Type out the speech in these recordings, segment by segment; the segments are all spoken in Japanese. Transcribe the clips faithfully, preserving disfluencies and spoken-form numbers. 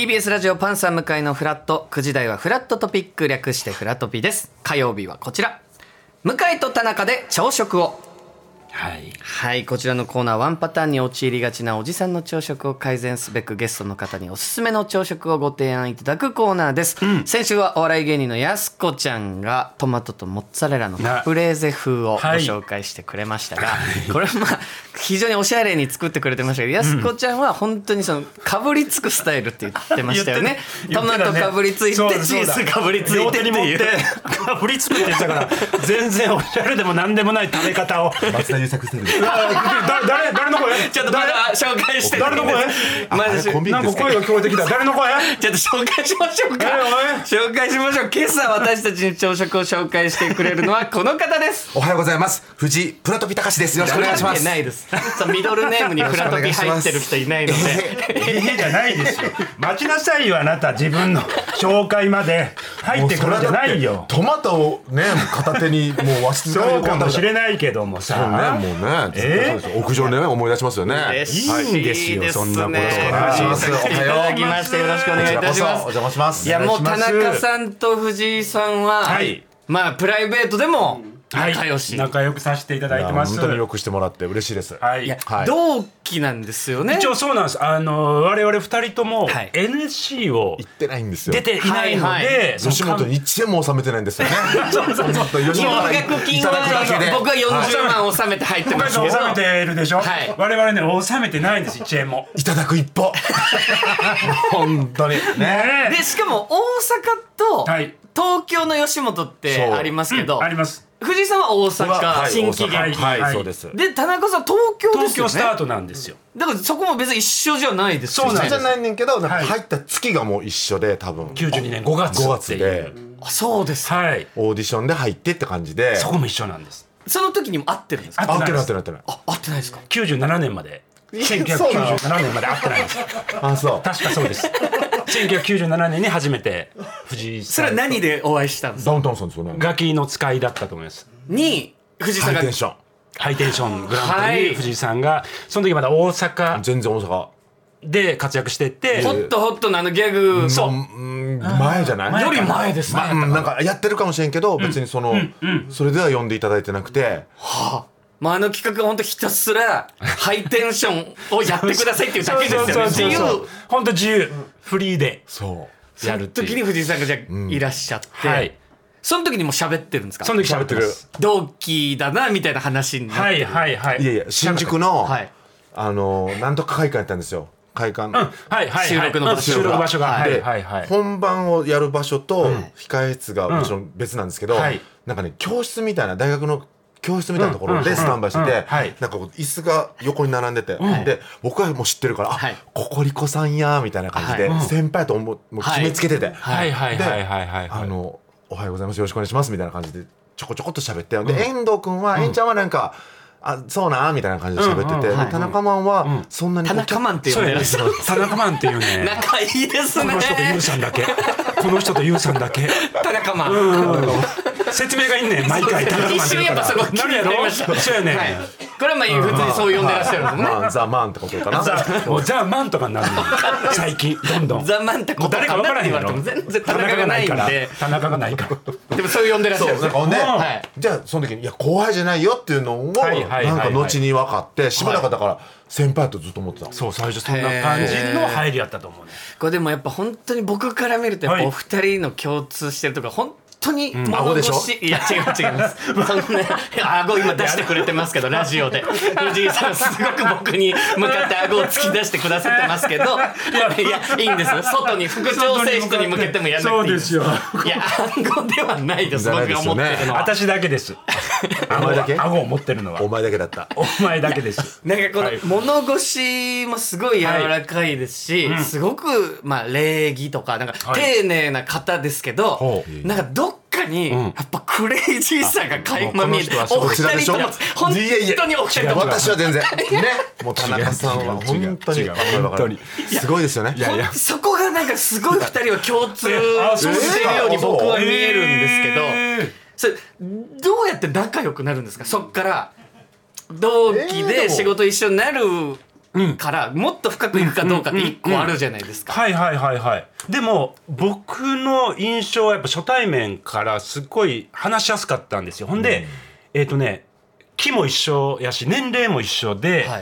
ービーエス ラジオパンサー向井のフラット、くじ台はフラットトピック、略してフラトピです。火曜日はこちら、向井と田中で朝食を。はい、はい、こちらのコーナーワンパターンに陥りがちなおじさんの朝食を改善すべくゲストの方におすすめの朝食をご提案いただくコーナーです、うん、先週はお笑い芸人のやすこちゃんがトマトとモッツァレラのカプレーゼ風をご紹介してくれましたが、はい、これはまあ非常におしゃれに作ってくれてましたけど、やすこちゃんは本当にそのかぶりつくスタイルって言ってましたよね。トマトかぶりついてチーズかぶりついてっていうかぶりつくって言ってたから全然おしゃれでもなんでもない食べ方を松田優作スタイルです誰誰の声ちょっとまだ紹介して誰の声まだなんか声が聞こえてきた誰の声ちょっと紹介しましょうか、えー、紹介しましょう。今朝私たちに朝食を紹介してくれるのはこの方です。 おはようございます。藤井プラトピ高志です。よろしくお願いします。 ないですミドルネームにプラトピ入ってる人いないのでええじゃないですよ。待ちなさいよあなた、自分の紹介まで入ってくるんじゃないよ。 トマトをね片手にもうわしそうかもしれないけどもさ、 ね、もうね、えー、屋上でね思い出しますよね。 いいんですよ、そんなこと。お願いします。 おはよう。いただきましてよろしくお願いいたします。 お邪魔します。 いやもう田中さんと藤井さんは、はい、まあプライベートでも仲良し、 はい、仲良くさせていただいてます。 本当によくしてもらって嬉しいです。 はい、いや、はい、同期なんですよね。 一応そうなんです。あの我々ふたりとも エヌエスシー を行ってないんですよ。 出ていないので、はいはい、 吉本にいちえんも納めてないんですよね。 そうそうそう。入学金は僕はよんじゅうまん納めて入ってますけど。 納めてるでしょ。はい、我々ね納めてないんです。いちえんも。 いただく一歩。本当にね。でしかも大阪と東京の吉本ってありますけど、 うん、あります。 藤井さんは大阪、はい、新喜劇、 はいはいはい、そうです。 で田中さん東京ですよね。 東京スタートなんですよ。 だからそこも別に一緒じゃないですよね。 そうなんじゃないねんけど、なんか入った月がもう一緒で多分きゅうじゅうにねんごがつごがつで、 あそうです、 はい、 オーディションで入ってって感じで、 そこも一緒なんです。 その時にも会ってるんですか。 会ってない会ってない会ってない。 あ会ってないですか。 きゅうじゅうななねんまでせんきゅうひゃくきゅうじゅうななねんまで会ってないです。 あそう確かそうです。せんきゅうひゃくきゅうじゅうななねんに初めて藤井さん、 それは何でお会いしたんですか。 ダウンタウンさんですよね。 ガキの使いだったと思いますに藤井さんがハイテンションハイテンショングランプリに藤井さんがその時まだ大阪全然大阪で活躍してて、 ホットホットのあのギャグ、 そう前じゃないより前ですね。 なんかやってるかもしれんけど別にそのそれでは呼んでいただいてなくて、 はあ、まあ、あの企画は本当ひたすらハイテンションをやってくださいっていうだけですよね。自由、 本当自由フリーでそうやるっていう。その時に藤井さんがじゃあいらっしゃって、うんはい、その時にも喋ってるんですか。 その時喋ってる。 同期だなみたいな話になってる。 はいはいはい。 いやいや新宿の、 はい、 あのなんとか会館やったんですよ。会館、うんはいはいはい、 収録の場所が、 収録場所が、 はいはいはい、本番をやる場所と控え室がもちろん別なんですけど、うんはい、なんかね教室みたいな大学の教室みたいなところでスタンバイしてて、なんかこう椅子が横に並んでて、うん、で僕はもう知ってるから、はい、あココリコさんやみたいな感じで、はい、先輩ともう決めつけてて、 はいはいはいはいはいあのおはようございますよろしくお願いしますみたいな感じでちょこちょこっと喋って、うん、で遠藤君は、うん、遠ちゃんはなんかあそうなみたいな感じで喋ってて、うんうん、田中マンはそんなに、 うん、田中マンって呼んでるんですよ。 田中マンっていうね仲いいですね。 この人とユウさんだけこの人とユウさんだけ田中マン、 うん、説明がいいね毎回田中マン一瞬やっぱそこ気になりました。 そうやね、はい、 これはまあ普通にそう呼んでらっしゃるんですもんね、 まあ、ザ・マンってことかな。 ザ・もうザ・マンとかになるの最近どんどんザ・マンってこと誰か分からへんやろ。 全然田中がないんで田中がないからでもそう呼んでらっしゃる。 そうなんかね、はい、じゃあその時にいや後輩じゃないよっていうのをなんか後に分かってしばらくだから先輩とずっと思ってた。 そう最初そんな感じの入りやったと思うね。 これでもやっぱ本当に僕から見るとやっぱお二人の共通してるとか本当に顎でしょ。 いや違う違います。そのね顎今出してくれてますけどラジオで藤井さんすごく僕に向かって顎を突き出してくださってますけどいやいやいいんです。外に副調整室に向けてもやらなくていいんです。 そうですよ。 いや顎ではないです。僕が思ってるのは私だけです。 お前だけ顎を持ってるのはお前だけだった。 お前だけです。 なんかこの物腰もすごい柔らかいですし、はい、すごくまあ礼儀とかなんか丁寧な方ですけど、はい、なんかどっかにやっぱクレイジーさが垣間見えて、お二人とも本当にお二人とも私は全然ねもう田中さんは本当に本当にすごいですよね。 いやいやそこがなんかすごい二人は共通してるように僕は見えるんですけど、それどうやって仲良くなるんですか。そっから同期で仕事一緒になるからもっと深くいくかどうかって一個あるじゃないですか。 はいはいはいはい。でも僕の印象はやっぱ初対面からすっごい話しやすかったんですよ。ほんで、うん、えっとね期も一緒やし年齢も一緒で、はい、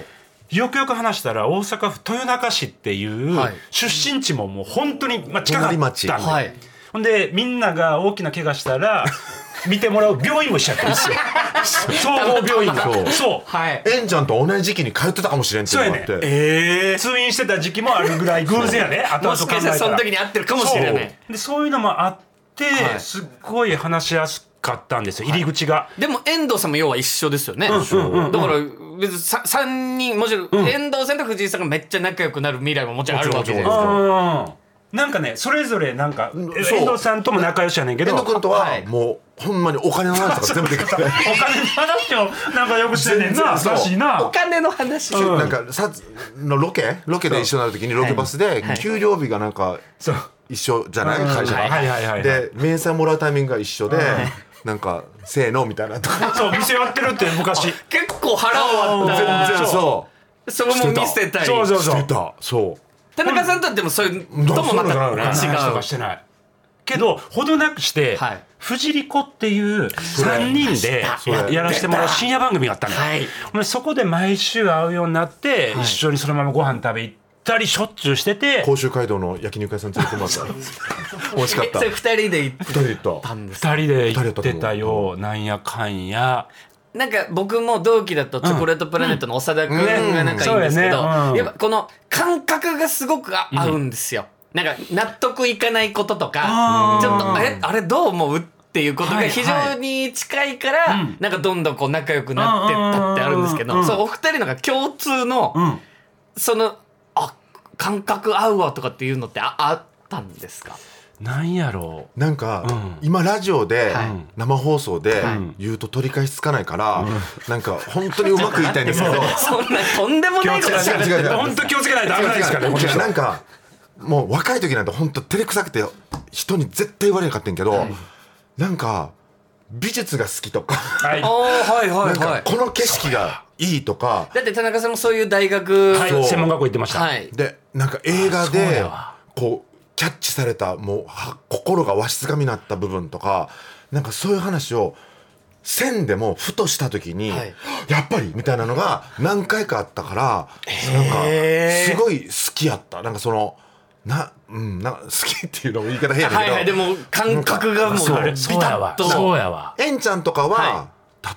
よくよく話したら大阪府豊中市っていう出身地ももう本当にまあ近かったんで、はい、ほんでみんなが大きな怪我したら見てもらう病院も一緒やったんですよ。総合病院がそうそう、 はい、エンちゃんと同じ時期に通ってたかもしれんっていうのがあって、そうやね、 えー、通院してた時期もあるぐらい偶然やね。 もしかしたらその時に会ってるかもしれない。 そうでそういうのもあって、はい、すっごい話しやすかったんですよ、入り口が、はい、でも遠藤さんも要は一緒ですよね、うんうんうんうん、だから別にさんにんもちろん、うん、遠藤さんと藤井さんがめっちゃ仲良くなる未来ももちろんあるわけじゃないですか。 なんかねそれぞれなんか遠藤さんとも仲良しやねんけど、 遠藤君とはもうほんまにお金の話とか全部できてお金の話をなんかよくしてんねんな。らしいな。 お金の話、 うん、なんかさのロケロケで一緒になる時にロケバスで給料日がなんか一緒じゃない、会社がで明細もらうタイミングが一緒でなんかせーのみたいなとかそう店やってるって昔結構腹を割った全然そうそれも見せたいそうそうそうしてたそう田中さんとでもそういうともまた違うとかしてないけどほどなくして、はい、フジリコっていうさんにんで や, やらせてもらう深夜番組があったのよ、はい、そこで毎週会うようになって、はい、一緒にそのままご飯食べ行ったりしょっちゅうしてて、 甲州街道の焼肉屋さん連れてもらった美味しかった。 ふたりで行ったんですふたりで行ってたよ、なんやかんや。 なんか僕も同期だとチョコレートプラネットの長田くんが仲いいんですけど、うんうん、やっぱこの感覚がすごく合うんですよ、うん、なんか納得いかないこととかちょっとえあれどう思うっていうことが非常に近いから、はいはい、なんかどんどんこう仲良くなってったってあるんですけど、うん、そうお二人のが共通の、うん、そのあ感覚合うわとかっていうのって あ, あったんですか？ なんやろうなんか、うん、今ラジオで、はい、生放送で言うと取り返しつかないから、うん、なんか本当にうまく言いたいんですけどそんなとんでもないことしゃべって本当気をつけないと危ないですからね。 なんかもう若い時なんて本当照れくさくて人に絶対言われなかったんけど、はい、なんか美術が好きとか、 はい、はいはいはい、 なんかこの景色がいいとか。 だって田中さんもそういう大学、 はい、専門学校行ってました、はい、 でなんか映画でこうキャッチされたもう心がわしづかみになった部分とかなんかそういう話を線でもふとした時に、はい、やっぱりみたいなのが何回かあったからなんかすごい好きやった。なんかそのな、うん、なんか好きっていうのも言い方変やけど、はいはい、 でも感覚がもうビタッとそうやわ。 えんちゃんとかは、はい、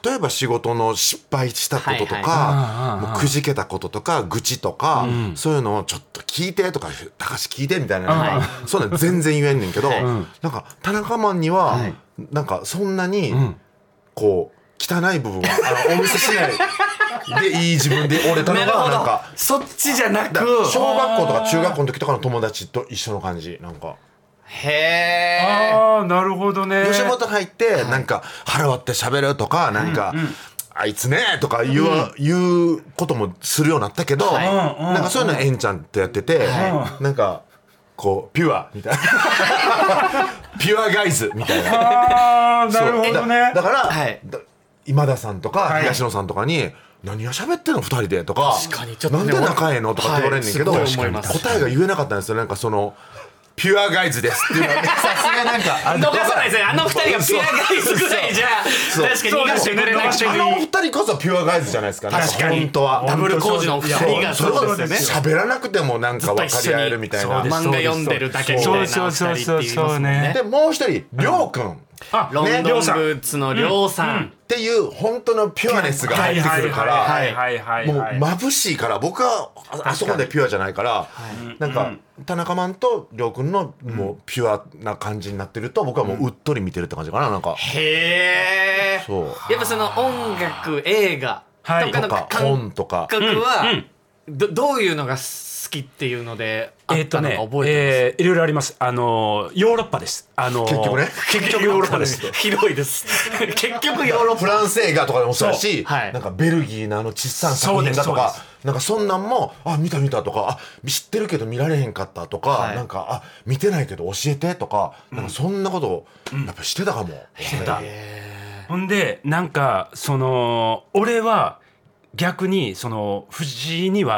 例えば仕事の失敗したこととか、はいはい、もうくじけたこととか愚痴とか、うん、そういうのをちょっと聞いてとか高橋聞いてみたいな、はい、そういうの全然言えんねんけど、はい、なんか田中マンには、はい、なんかそんなに、うん、こう汚い部分はあのお見せしないでいい自分で折れたのがなんかそっちじゃなく小学校とか中学校の時とかの友達と一緒の感じなんか。 へーあーなるほどね。 吉本入ってなんか腹割って喋るとかなんか、うんうん、あいつねとか言う、うん、言うこともするようになったけど、はい、なんかそういうのえんちゃんってやってて、はい、なんかこうピュアみたいなピュアガイズみたいな。 あーなるほどね。 だ, だから、 はい、 今田さんとか東野さんとかに、はい、何が喋ってんのふたりでとか確かにちょっと、ね、 なんで仲ええのとかって言われんねんけど、はい、答えが言えなかったんですよ。なんかそのピュアガイズですっていうのは、ね、さすがなんか逃さないですね。あの二人がピュアガイズぐらいじゃ確かに逃がしてくれないし、 あの二人こそピュアガイズじゃないですか。確かに本当はダブルコージの二人がそうですよね。喋らなくてもなんか分かり合えるみたいな、 漫画読んでるだけみたいな二人って言いますもんね。 でもう一人りょうくん、 あロンドンブーツのりょうさんっていう本当のピュアネスが入ってくるからもう眩しいから、僕はあそこでピュアじゃないから、なんか田中マンとりょうくんのもうピュアな感じになってると僕はもううっとり見てるって感じかな。なんかへえ。そうやっぱその音楽映画とかの感覚はどどういうのが好きっていうのであったのか覚えてます？ えー、いろいろあります。あのヨーロッパです。あの結局ね結局ヨーロッパです広いです結局ヨーロッパ。 フランス映画とかでもそうだし、はい、なんかベルギーのあの小さな作品だとかなんかそんなんもあ見た見たとかあ知ってるけど見られへんかったとか、はい、なんかあ見てないけど教えてとか、うん、なんかそんなことをやっぱしてたかも、 うん、してた。ほんでなんかその俺は逆にその藤井には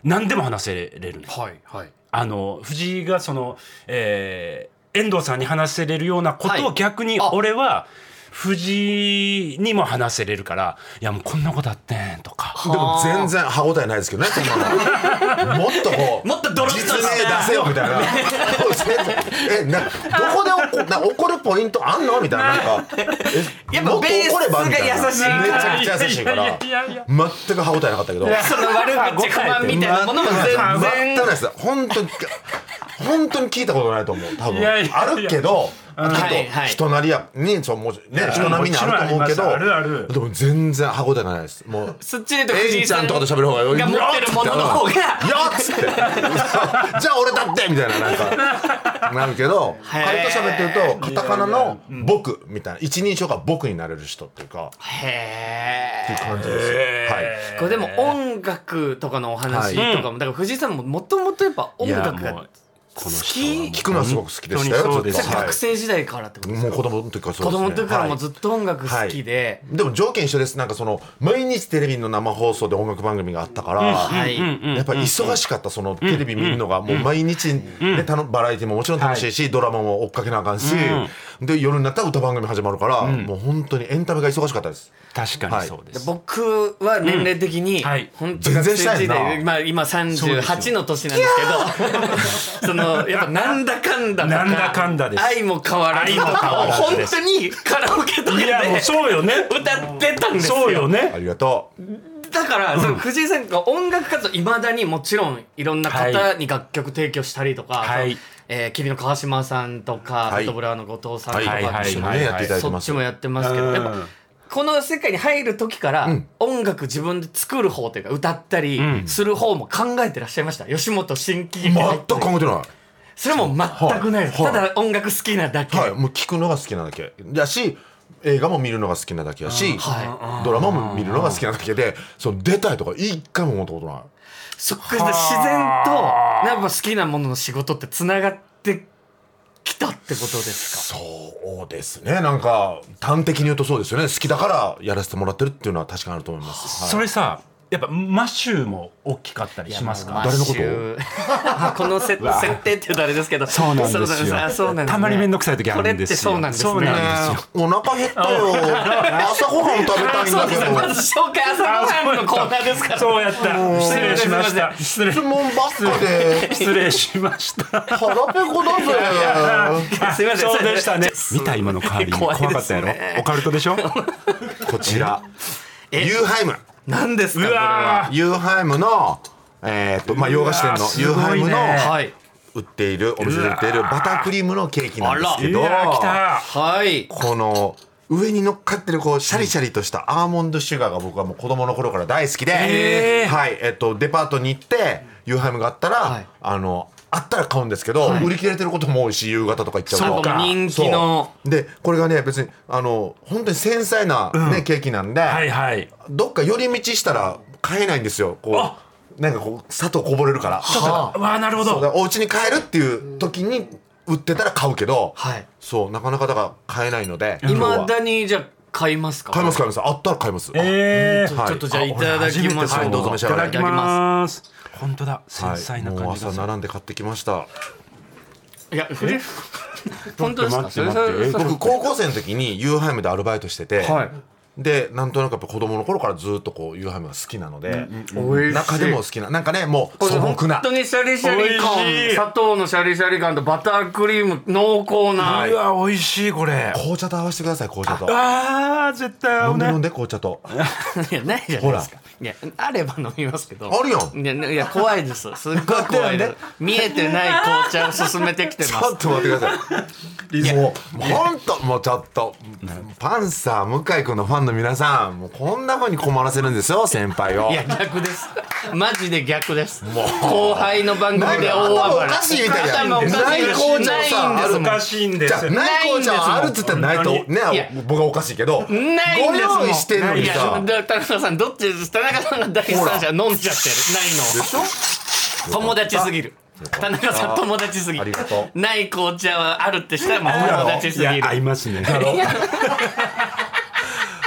何でも話せれるね、 はいはい、 あの藤井がその、えー、遠藤さんに話せれるようなことを逆に俺は藤井にも話せれるからいやもうこんなことあってんとかでも全然歯応えないですけどねそんなのもっとこうもっとドロッと実名出せよみたいなえなどこで怒な怒るポイントあんのみたいななんかえやっぱベースが優しいからめちゃくちゃ優しいから全く歯応えなかったけどその悪口不満みたいなものも全然全くないです本当に本当に聞いたことないと思う多分あるけどきっと人なりやにそうもうね人並みにあると思うけどあるあるでも全然歯応えがないですもうすっちりと藤井さんエイちゃんとかと喋る方がが持ってるものの方がやっつってじゃあ俺だってみたいななんかなるけど彼と喋ってるとカタカナの僕みたいな一人称が僕になれる人っていうかへっていう感じですよはいこれでも音楽とかのお話とかもだから藤井さんももともとやっぱ音楽がこの人聞くのはすごく好きでしたよそうですずっと学生時代からってことですかもう子供の時からそうですね子供の時からもずっと音楽好きで、 はい、でも条件一緒ですなんかその毎日テレビの生放送で音楽番組があったから、 はい、 やっぱり忙しかったそのテレビ見るのがもう毎日でたのバラエティももちろん楽しいし、はい、ドラマも追っかけなあかんし、うん、で夜になったら歌番組始まるから、うん、もう本当にエンタメが忙しかったです。 確かにそうです、 はい、僕は年齢的に、うんはい、本当学生時代、まあ、今さんじゅうはちの年なんですけどそのやっぱなんだかんだとかなんだかんだです愛も変わらずとか本当にカラオケとかでいやもうそうよね歌ってたんですよ。 そうよねありがとうだから、うん、その藤井さんが音楽活動いまだにもちろんいろんな方に楽曲提供したりとか、はいえー、桐野川島さんとか、はい、フットブラーの後藤さんとか、はいはいはいはいはい、そっちもやってますけど、やっぱこの世界に入る時から、うん、音楽自分で作る方というか歌ったりする方も考えてらっしゃいました、うん、吉本新喜劇全く考えてない。 それも全くないです、はい、ただ音楽好きなだけ、 はい、もう聴くのが好きなだけだし映画も見るのが好きなだけやし、はい、ドラマも見るのが好きなだけでその出たいとか一回も思ったことない。 そっか自然とやっぱ好きなものの仕事ってつながってきたってことですか。 そうですねなんか端的に言うとそうですよね好きだからやらせてもらってるっていうのは確かにあると思います、 はい、それさやっぱマシューも大きかったりしますか。 誰のことこの設定って言うとあれですけどそうなんですよそうなんです、ね、たまに面倒くさい時あるんですよ。 これってそうなんですね。そうなんですよ。 お腹減ったよ朝ごはん食べたいんだけどまず紹介朝ごはんのコーナーですからそうやった失礼しました失礼質問ばっかで失礼しました腹ペコだぜすいませんそうでしたね見た今のカーリー怖かったやろオカルトでしょこちらユーハイム何ですかこれは。 ユーハイムの、えーとまあ、洋菓子店のユーハイムの、はい、売っているお店で売っているバタークリームのケーキなんですけどはい、 この上に乗っかってるこうシャリシャリとしたアーモンドシュガーが僕はもう子供の頃から大好きで、はいえー、とデパートに行ってユーハイムがあったら、はい、あのあったら買うんですけど、はい、売り切れてることも多いし夕方とか行っちゃうとそうか人気のでこれがね別にあの本当に繊細な、ねうん、ケーキなんで、はいはい、どっか寄り道したら買えないんですよこうなんかこう砂糖こぼれるからちょっとわあなるほどお家に帰るっていう時に売ってたら買うけど、はい、そうなかなかだから買えないのでいまだにじゃあ買いますか。 買います買いますあったら買います。 えー、はい、ちょっとじゃあいただきます。 はい、どうぞ召し上がりいただきます。本当だ繊細な感じが、 はい、もう朝並んで買ってきました。 いや本当ですか。 待って待って僕高校生の時にユーハイムでアルバイトしてて、はい、でなんとなくやっぱ子供の頃からずっとこうユーハイムが好きなので、うんうん、中でも好きななんかねもう素朴な本当にシャリシャリ感砂糖のシャリシャリ感とバタークリーム濃厚な、 はい、うわ美味しいこれ紅茶と合わせてください紅茶とああ絶対合うね飲んで飲んで紅茶といやないじゃないですか。いやあれば飲みますけどあるよいやいや怖いですすっごい怖いです見えてない紅茶を勧めてきてますちょっと待ってくださいもうほんともうちょっとパンサー向井君のファンの皆さんもうこんな風に困らせるんですよ先輩を。 いや逆ですマジで逆ですもう後輩の番組で大暴れおかしいみたいな頭おかしい内紅茶さおかしいんですよ。 内紅茶あるっつったらないとね僕はおかしいけどないんですご用意してんのにさ田中さんどっちです田中さんが第三者飲んじゃってるないのでしょ友達すぎる田中さん友達すぎるない紅茶はあるってしたらもう友達すぎる合いますね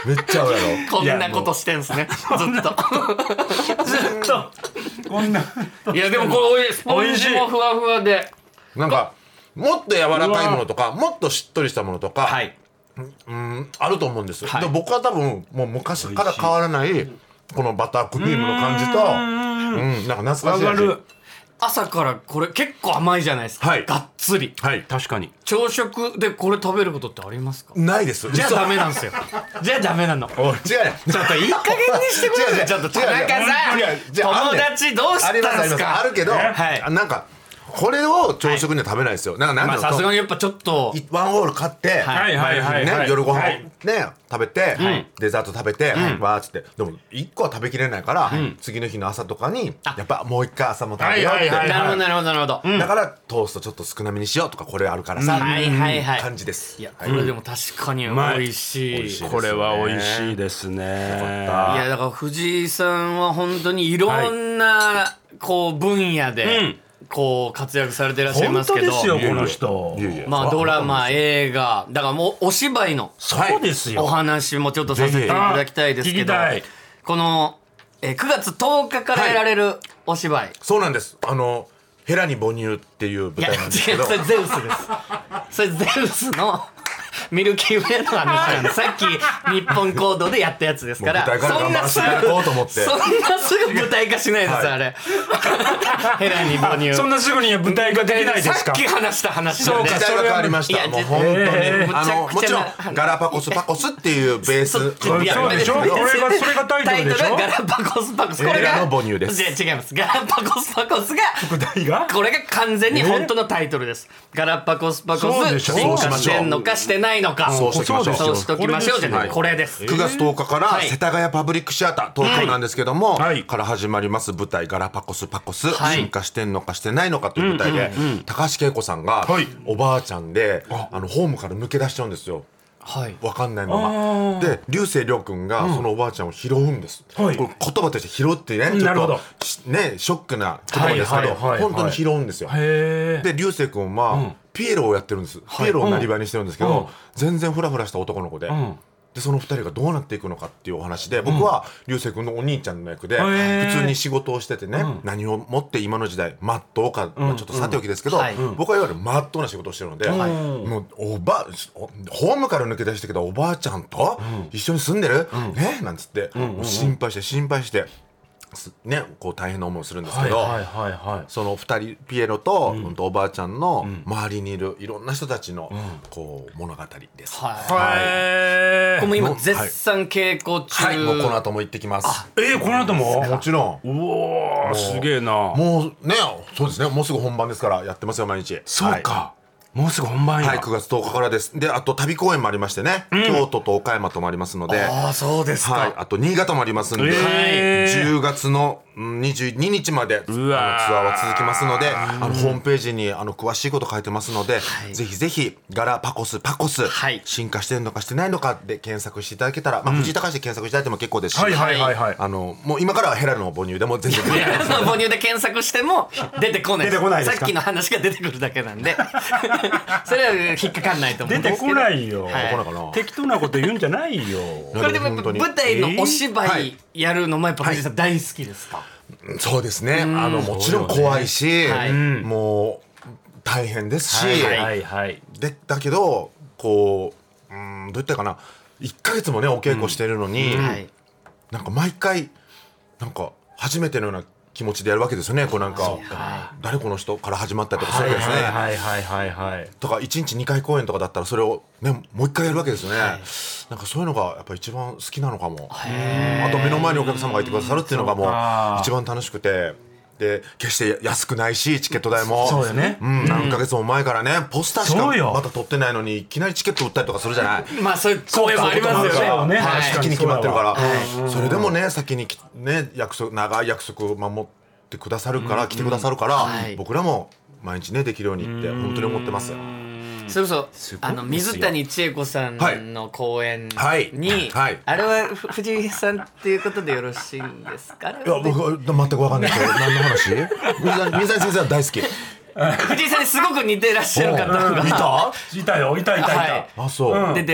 めっちゃ合うやろ。 こんなことしてんすねずっとずっとこんな。 いやでもこれスポンジもふわふわでなんかもっと柔らかいものとかもっとしっとりしたものとか、 はい、 うんあると思うんです、 はい、 で僕は多分もう昔から変わらないこのバタークリームの感じとうんなんか懐かしい味。 朝からこれ結構甘いじゃないですか、はい、がっつり、 はい、 確かに朝食でこれ食べることってありますか？ ないです。 じゃあダメなんですよじゃあダメなの。 おい違うねちょっといい加減にしてくださいちょっと田中さん友達どうしたんですか？ あるけど、 はい、 なんかこれを朝食には食べないですよ。なんかなんかさすがにやっぱちょっとワンホール買ってはいはいはいはい夜ご飯ね食べてデザート食べてわーっつってでもいっこは食べきれないから次の日の朝とかにやっぱもう一回朝も食べようってなるほどなるほどなるほどだからトーストちょっと少なめにしようとかこれあるからさ感じです。 いやこれでも確かに美味しい。 これは美味しいですね。 いやだから藤井さんは本当にいろんなこう分野でこう活躍されてらっしゃいますけど、 本当ですよこの人。 まあドラマ映画だからもうお芝居のそうですよお話もちょっとさせていただきたいですけど、このえくがつとおかからやられるお芝居、 そうなんです。あのヘラに母乳っていう舞台なんですけど、 いや違うそれゼウスです。それゼウスのミルキーウェイの話なんでさっき日本行動でやったやつですからそんなすぐそんなすぐ舞台化しないです、はい、あれヘラに母乳そんなすぐに舞台化できないですか？ さっき話した話なんで時代が変わりました。もう本当に、えー、あのもちろんガラパゴスパコスっていうベースそうでしょ。これがそれがタイトルでしょ。 ガラパゴスパコスこれがヘラの母乳です。 違います。ガラパゴスパコスが副題がこれが完全に本当のタイトルです。ガラパゴスパコス進化してんのかしてないのかそうしてそうしときましょうじゃないこれです。 くがつとおかから世田谷パブリックシアター東京なんですけどもから始まります舞台ガラパコスパコス進化してんのかしてないのかという舞台で高橋恵子さんがおばあちゃんであのホームから抜け出しちゃうんですよ。はい、分かんないままで竜星涼君がそのおばあちゃんを拾うんです、うん、これ言葉として拾ってねちょっとねショックな言葉ですけど本当に拾うんですよ。で竜星君は、うん、ピエロをやってるんです、はい、ピエロをなりわいにしてるんですけど、うん、全然フラフラした男の子で、うんでそのふたりがどうなっていくのかっていうお話で僕は流星君のお兄ちゃんの役で普通に仕事をしててね、うん、何をもって今の時代まっとうか、うん、ちょっとさておきですけど、うんはい、僕はいわゆるまっとうな仕事をしてるので、うん、もうおばホームから抜け出してきたおばあちゃんと一緒に住んでる、うん、ねなんつって、うん、もう心配して心配してね、こう大変な思いをするんですけど、はいはいはいはい、そのふたりピエロと、うん、おばあちゃんの周りにいるいろんな人たちの、うん、こう物語です。はいはい、これも今絶賛稽古中、 はい、もうこの後も行ってきます。 えー、この後ももちろん。 うおーすげえな。 もうねそうですねもうすぐ本番ですからやってますよ毎日。 そうか、はいもうすぐ本番や。 はいくがつとおかからです。であと旅公演もありましてね、うん、京都と岡山ともありますのでああそうですか、 はい、あと新潟もありますんで、えー、じゅうがつのにじゅうににちまであのツアーは続きますのであのホームページにあの詳しいこと書いてますので、はい、ぜひぜひガラパコスパコス、はい、進化してるのかしてないのかで検索していただけたら、まあ、藤井隆で検索していただいても結構ですし、はいはいはいはい、あのもう今からはヘラルの母乳でも全然ヘラルの母乳で検索しても出てこない出てこないですか。 さっきの話が出てくるだけなんでそれは引っかかんないと思うんですけど出てこないよ、はい、適当なこと言うんじゃないよこれでもやっぱ舞台のお芝居やるのもやっぱ藤井さん大好きですか。 そうですねあのもちろん怖いし、ねはい、もう大変ですし、はいはいはい、でだけどこううんどういったかないっかげつもねお稽古してるのに、うんはい、なんか毎回なんか初めてのような気持ちでやるわけですよね。こうなんか誰この人から始まったりとかするわけですね。はいはいはいはい。とかいちにちにかい公演とかだったらそれをねもう一回やるわけですよね。はい、なんかそういうのがやっぱ一番好きなのかも。あと目の前にお客様がいてくださるっていうのがもう一番楽しくて。で決して安くないしチケット代もそうよね、 うん、何ヶ月も前からねポスターしかまだ取ってないのにいきなりチケット売ったりとかするじゃない。 まあそういう公演もありますよね。 先に決まってるから、はい、それでもね先にね約束長い約束を守ってくださるから、うん、来てくださるから、はい、僕らも毎日ねできるようにって本当に思ってます。 それこそあの水谷千恵子さんの公演に、はいはいはい、あれは藤井さんっていうことでよろしいんですか。いや僕全く分かんないけど何の話水谷先生は大好き藤井さんにすごく似てらっしゃる方がいたいたよいたいたいた、 はい、あそう、 うん、出てらっし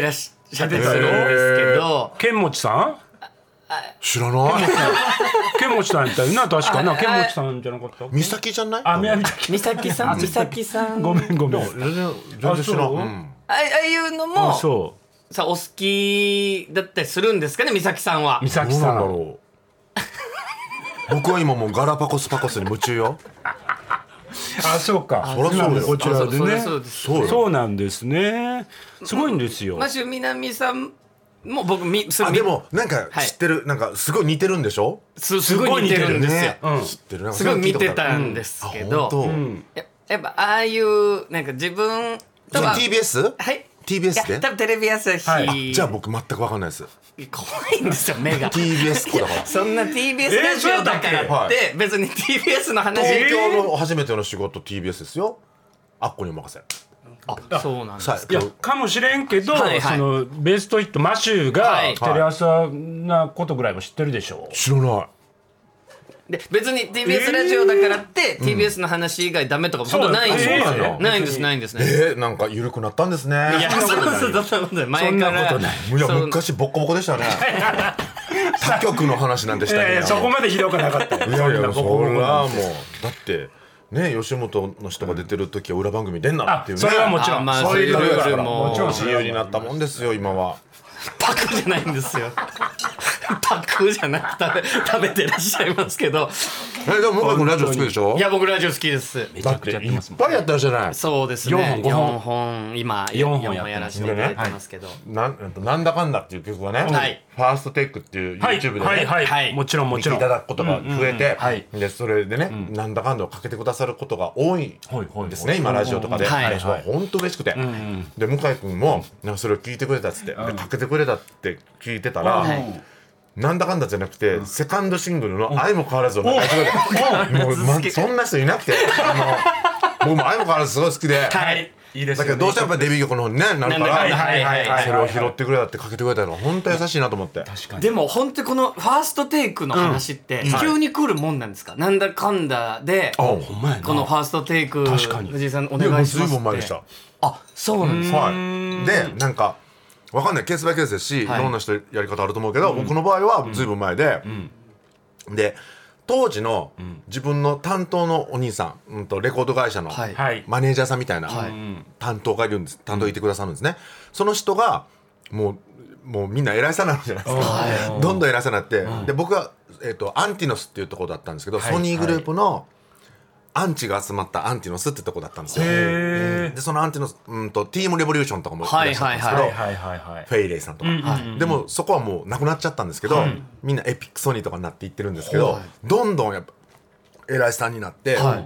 しゃったりするんですけど、 剣持さん知らない剣持さんやったよな確かな。剣持さんじゃなかった？ 美咲じゃない？ あ、美咲さん美咲さんごめんごめん全然全然知らん。うん、 ああいうのもそうさお好きだったりするんですかね、美咲さんは。 美咲さんどうなんだろう僕は今もうガラパコスパコスに夢中よ。 あ、そうか。 そりゃそうよ。 こちらでね。 そうそうそうなんですね。すごいんですよ。 マシュみなみさんもう僕みあでもなんか知ってる、はい、なんかすごい似てるんでしょ。 す, すごい似てるんですよ、ねうん、知ってる。なんかすごい見てたんですけど、 うん、 や, やっぱああいうなんか自分とはティービーエス？ はいティービーエス で多分テレビ朝日、はい、 じゃあ僕全く分かんないです。 怖いんですよ目がティービーエス 子だからそんな ティービーエス ラジオだからって別に ティービーエス の話。 東京の初めての仕事 ティービーエス ですよ。あっこにお任せ。 あ、そうなんですか。 いやかもしれんけど、はいはい、そのベーストイットマシューが、はい、テレ朝なことぐらいも知ってるでしょ。 知らない。 で別に ティービーエス ラジオだからって、えー、ティービーエス の話以外ダメとかもそんなないんですよ、えー、ないんですないんですね。 えー、なんか緩くなったんですね。 いやそうそうそうそう前からそんなことない。いや昔ボッコボコでしたね他局の話なんでしたね、 えー、そこまでひどくなかったよ。 いやいやそれはもうだってね、吉本の人が出てる時は裏番組出んなっていうね。 それはもちろん、まあ、そういうルールももちろん自由になったもんですよ今は。 パクじゃないんですよパクじゃなくて食べ、食べてらっしゃいますけど。 えでも向井君ラジオ好きでしょ。 いや僕ラジオ好きです。 だっていっぱいやったじゃない。 そうですね、よんほん今よんほんやらせていただいてますけど、ね、 はい、な, なんだかんだっていう曲がね、はい、ファーストテイクっていう YouTube でね、 はいはいはい、もちろんもちろん見ていただくことが増えて、うんうん、でそれでね、うん、なんだかんだをかけてくださることが多いですね、今ラジオとかで、はいはい、本当嬉しくて、うんうん、で向井君もなんかそれを聞いてくれたっつって、うん、でかけてくれたって聞いてたら、はい、なんだかんだじゃなくて、うん、セカンドシングルの愛も変わらずを流してくれた。もう、ま、そんな人いなくて、あの僕も愛も変わらずすごい好きで、はい、いいですよね。だけどどうしてもやっぱデビュー曲の方に、ね、なるから、はいはいはいはい、それを拾ってくれたってかけてくれたの本当優しいなと思って。 確かに。でも本当にこのファーストテイクの話って急に来るもんなんですか、うん、なんだかんだで、うん、このファーストテイク藤井さんお願いしますって。 ずいぶん前でした。 あ、そうなんですか。 はい、でなんかわかんない、ケースバイケースですし、はい、いろんな人やり方あると思うけど、うん、僕の場合はずいぶん前で、うん、で当時の自分の担当のお兄さん、うん、とレコード会社のマネージャーさんみたいな担当がいるんです、担当いてくださるんですね、うん、その人がもうもうみんな偉いさなんじゃないですか、はい、どんどん偉いさになって、うん、で僕は、えーと、アンティノスっていうところだったんですけど、はい、ソニーグループのアンチが集まったアンティノスってとこだったんですよ。でそのアンティノス、うんとティームレボリューションとかもいらっしゃったんですけど、フェイレイさんとか、うんうんうん、でもそこはもうなくなっちゃったんですけど、はい、みんなエピックソニーとかになっていってるんですけど、はい、どんどんやっぱ偉いさんになって、はい、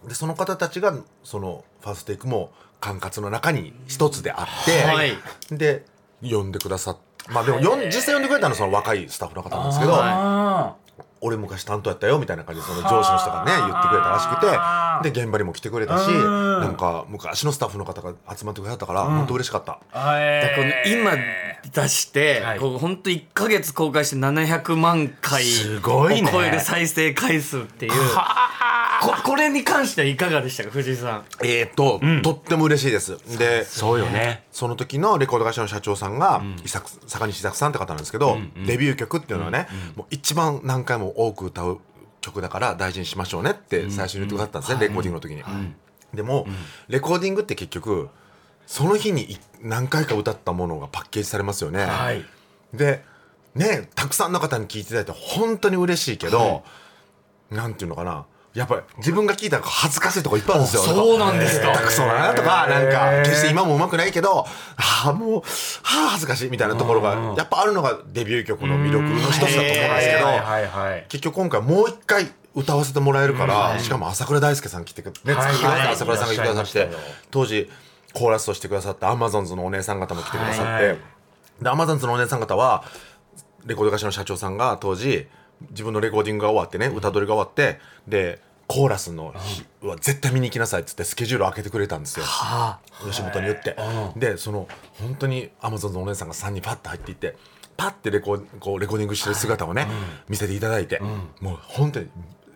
でその方たちがそのファーストテイクも管轄の中に一つであって、はい、で呼んでくださって、まあでもよん実際呼んでくれたのはその若いスタッフの方なんですけど、俺昔担当やったよみたいな感じでその上司の人がね言ってくれたらしくて、で現場にも来てくれたし、なんか昔のスタッフの方が集まってくれたから、うん、本当嬉しかった。 だこの今出して、はい、こう本当いっかげつ公開してななひゃくまんかいを超える再生回数っていう、こ, これに関してはいかがでしたか藤井さん。 えーっと、うん、とっても嬉しいです。でそうよね、 その時のレコード会社の社長さんが、うん、坂西伊作さんって方なんですけど、うんうん、デビュー曲っていうのはね、うんうん、もう一番何回も多く歌う曲だから大事にしましょうねって最初に言ってくださったんですね、うんうん、レコーディングの時に、はい、でも、うん、レコーディングって結局その日に何回か歌ったものがパッケージされますよね、はい、でねたくさんの方に聴いていただいて本当に嬉しいけど、はい、なんていうのかな、やっぱり自分が聞いたら恥ずかしいとこいっぱいあるんですよ。 そうなんですか。 クソだなとか、なんか決して今もうまくないけど、ああもうはあ恥ずかしいみたいなところがやっぱあるのがデビュー曲の魅力の一つだと思うんですけど、結局今回もう一回歌わせてもらえるから、しかも朝倉大輔さん来てくれて、ね、朝倉さんが来てくださって、当時コーラスをしてくださったアマゾンズのお姉さん方も来てくださって、でアマゾンズのお姉さん方はレコード会社の社長さんが当時自分のレコーディングが終わってね、歌撮りが終わってでコーラスの日は絶対見に行きなさいっつってスケジュールを開けてくれたんですよ、はあ、吉本に言って、でその本当にアマゾンのお姉さんがさんにんパッと入っていってパッてレコ、こうレコーディングしてる姿をね、はい、見せていただいて、うん、もう本当に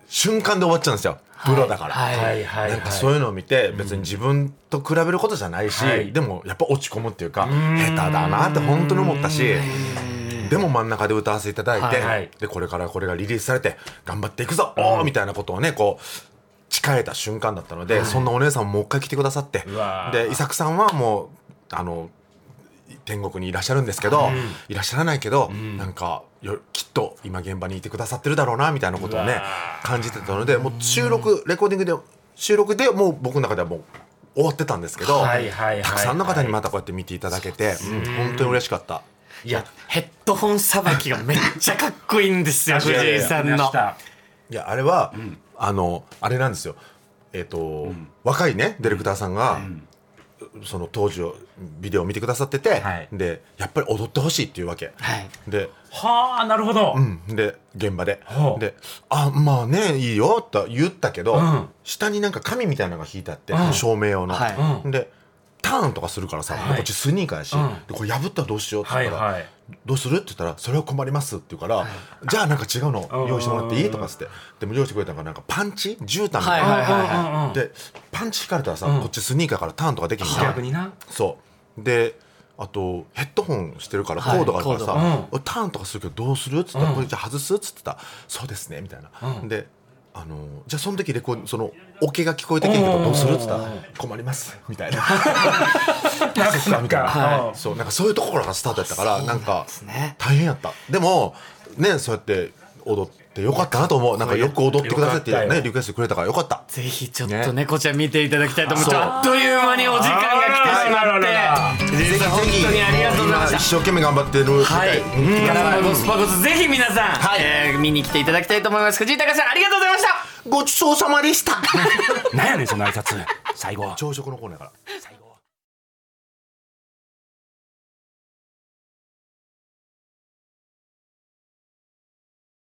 瞬間で終わっちゃうんですよ、プロだから、 はいはいはい、 なんかそういうのを見て別に自分と比べることじゃないし、はい、でもやっぱ落ち込むっていうか下手だなって本当に思ったし、でも真ん中で歌わせていただいて、はい、でこれからこれがリリースされて頑張っていくぞ、うん、おーみたいなことをねこう誓えた瞬間だったので、はい、そんなお姉さんももう一回来てくださって、で伊作さんはもうあの天国にいらっしゃるんですけど、うん、いらっしゃらないけど、うん、なんかよきっと今現場にいてくださってるだろうなみたいなことをね感じてたので、もう収録レコーディングで収録でもう僕の中ではもう終わってたんですけど、はいはいはいはい、たくさんの方にまたこうやって見ていただけて、うん、本当に嬉しかった。 いやヘッドホンさばきがめっちゃかっこいいんですよ藤井さんの。 いやあれは、うん、あのあれなんですよ、えっ、ー、と、うん、若いねディレクターさんが、うんその当時をビデオを見てくださってて、はい、でやっぱり踊ってほしいっていうわけ、はい、ではあなるほど、 うん、で現場でであまあねいいよと言ったけど、うん、下になんか紙みたいなのが引いてあって、うん、照明用の、はい、でターンとかするからさ、はい、こっちスニーカーやし、うん、でこれ破ったらどうしようって言ったら、はいはい、どうするって言ったらそれは困りますって言うから、はい、じゃあなんか違うの用意してもらっていいとかっつってでも用意してくれたのがなんかパンチ絨毯みたいな、はいはいはい、でパンチ引かれたらさ、うん、こっちスニーカーからターンとかできるんだ逆になそうであとヘッドホンしてるからコードがあるからさ、はいうん、ターンとかするけどどうするっつったら、うん、これじゃあ外すっつってたそうですねみたいな、うん、であのじゃあその時レコーそのオケが聞こえてきるけどどうするっつったら困りますみたいなそっかみたいな、はい、そうなんかそういうところがスタートやったからなんか大変やった。でもねそうやって踊ってよかったなと思う。なんかよく踊ってくださってねリクエストくれたからよかった。 ぜひちょっと ね, ねこちら見ていただきたいと思ってあっという間にお時間が来てしまってぜひ本当にありがとうございました。 一生懸命頑張ってるはいガラパゴスパゴスぜひ皆さん、はいえー、見に来ていただきたいと思います。藤井隆さんありがとうございました。 ごちそうさまでしたなんやねんその挨拶最後朝食のコーナーから